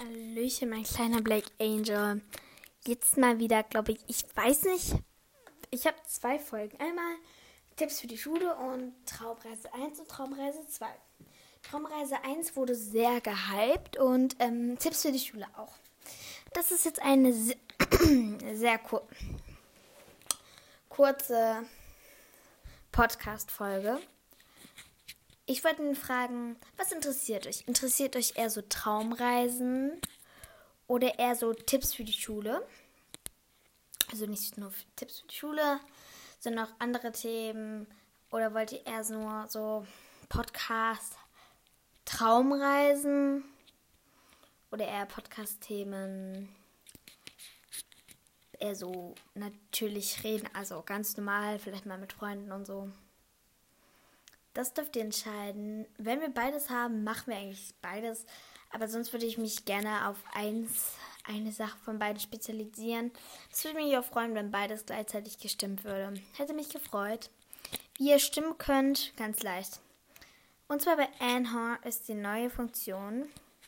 Hallöchen, mein kleiner Black Angel. Jetzt mal wieder, glaube ich weiß nicht. Ich habe 2 Folgen. Einmal Tipps für die Schule und Traumreise 1 und Traumreise 2. Traumreise 1 wurde sehr gehypt und Tipps für die Schule auch. Das ist jetzt eine sehr kurze Podcast-Folge. Ich wollte ihn fragen, was interessiert euch? Interessiert euch eher so Traumreisen oder eher so Tipps für die Schule? Also nicht nur Tipps für die Schule, sondern auch andere Themen. Oder wollt ihr eher nur so Podcast Traumreisen oder eher Podcast-Themen eher so natürlich reden, also ganz normal, vielleicht mal mit Freunden und so. Das dürft ihr entscheiden. Wenn wir beides haben, machen wir eigentlich beides. Aber sonst würde ich mich gerne auf eine Sache von beiden spezialisieren. Es würde mich auch freuen, wenn beides gleichzeitig gestimmt würde. Hätte mich gefreut. Wie ihr stimmen könnt, ganz leicht. Und zwar bei Anchor ist die neue Funktion.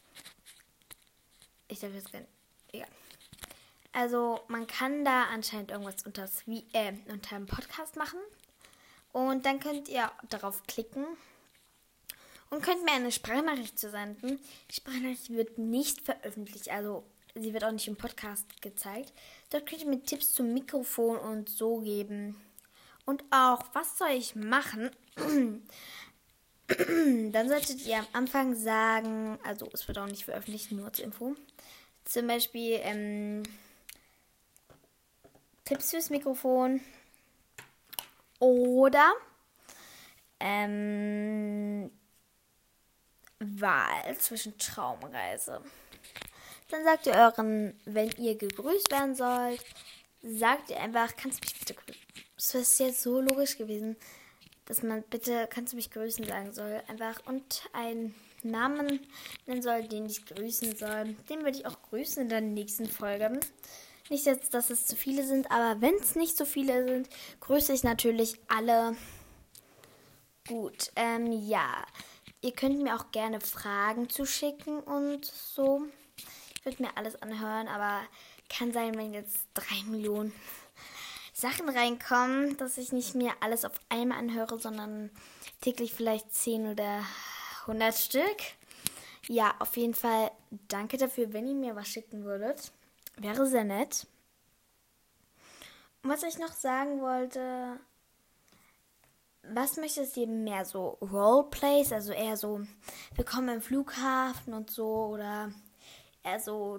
Ich darf jetzt gar nicht. Egal. Also man kann da anscheinend irgendwas unter dem Podcast machen. Und dann könnt ihr darauf klicken und könnt mir eine Sprachnachricht zusenden. Die Sprachnachricht wird nicht veröffentlicht, also sie wird auch nicht im Podcast gezeigt. Dort könnt ihr mir Tipps zum Mikrofon und so geben. Und auch, was soll ich machen? Dann solltet ihr am Anfang sagen, also es wird auch nicht veröffentlicht, nur zur Info. Zum Beispiel Tipps fürs Mikrofon. Oder Wahl zwischen Traumreise. Dann sagt ihr wenn ihr gegrüßt werden sollt, sagt ihr einfach, kannst du mich bitte grüßen? Das ist jetzt so logisch gewesen, dass man bitte, kannst du mich grüßen sagen soll. Einfach und einen Namen nennen soll, den ich grüßen soll. Den würde ich auch grüßen in der nächsten Folge. Nicht jetzt, dass es zu viele sind, aber wenn es nicht so viele sind, grüße ich natürlich alle. Gut, ja. Ihr könnt mir auch gerne Fragen zuschicken und so. Ich würde mir alles anhören, aber kann sein, wenn jetzt 3 Millionen Sachen reinkommen, dass ich nicht mir alles auf einmal anhöre, sondern täglich vielleicht 10 oder 100 Stück. Ja, auf jeden Fall danke dafür, wenn ihr mir was schicken würdet. Wäre sehr nett. Und was ich noch sagen wollte, was möchtest du mehr so Roleplays, also eher so willkommen im Flughafen und so oder eher so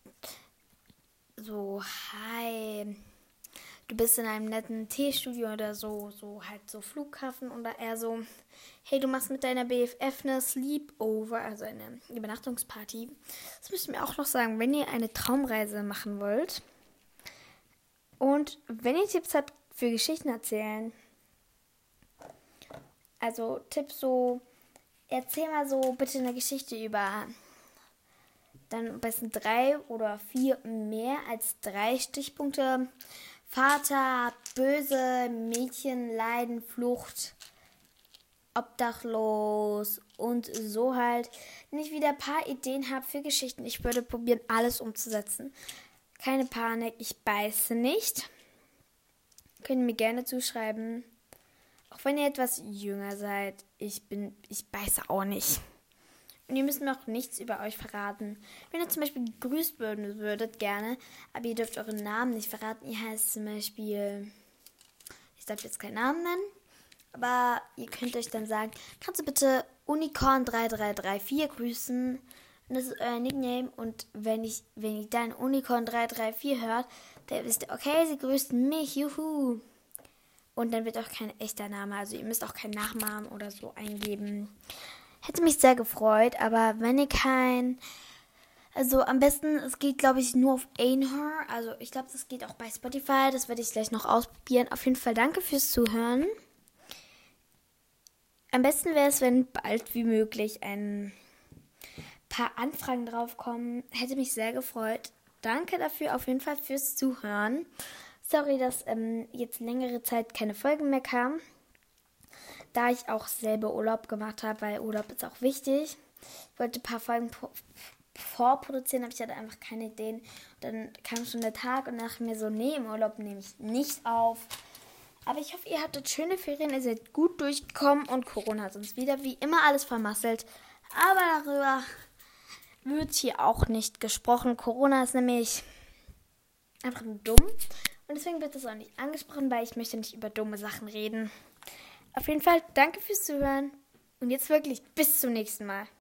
hi, du bist in einem netten Teestudio oder so halt so Flughafen oder eher so, hey, du machst mit deiner BFF eine Sleepover, also eine Übernachtungsparty. Das müsst ihr mir auch noch sagen, wenn ihr eine Traumreise machen wollt. Und wenn ihr Tipps habt für Geschichten erzählen, also Tipps so, erzähl mal so bitte eine Geschichte über dann am besten 3 oder 4 mehr als 3 Stichpunkte. Vater, böse, Mädchen, Leiden, Flucht, obdachlos und so halt. Wenn ich wieder ein paar Ideen habe für Geschichten, ich würde probieren, alles umzusetzen. Keine Panik, ich beiße nicht. Könnt ihr mir gerne zuschreiben. Auch wenn ihr etwas jünger seid, ich beiße auch nicht. Und ihr müsst mir auch nichts über euch verraten. Wenn ihr zum Beispiel gegrüßt werden würdet, gerne, aber ihr dürft euren Namen nicht verraten. Ihr heißt zum Beispiel, ich darf jetzt keinen Namen nennen, aber ihr könnt euch dann sagen, kannst du bitte Unicorn3334 grüßen? Und das ist euer Nickname. Und wenn ich dann Unicorn334 hört, dann wisst ihr, okay, sie grüßt mich, juhu. Und dann wird auch kein echter Name, also ihr müsst auch keinen Nachnamen oder so eingeben. Hätte mich sehr gefreut, aber wenn ihr also am besten, es geht glaube ich nur auf Anchor, also ich glaube, das geht auch bei Spotify, das werde ich gleich noch ausprobieren. Auf jeden Fall danke fürs Zuhören. Am besten wäre es, wenn bald wie möglich ein paar Anfragen draufkommen. Hätte mich sehr gefreut. Danke dafür auf jeden Fall fürs Zuhören. Sorry, dass jetzt längere Zeit keine Folgen mehr kamen. Da ich auch selber Urlaub gemacht habe, weil Urlaub ist auch wichtig. Ich wollte ein paar Folgen vorproduzieren, aber ich hatte einfach keine Ideen. Und dann kam schon der Tag und dachte mir so, nee, im Urlaub nehme ich nicht auf. Aber ich hoffe, ihr hattet schöne Ferien, ihr seid gut durchgekommen und Corona hat uns wieder wie immer alles vermasselt. Aber darüber wird hier auch nicht gesprochen. Corona ist nämlich einfach nur dumm. Und deswegen wird das auch nicht angesprochen, weil ich möchte nicht über dumme Sachen reden. Auf jeden Fall, danke fürs Zuhören. Und jetzt wirklich bis zum nächsten Mal.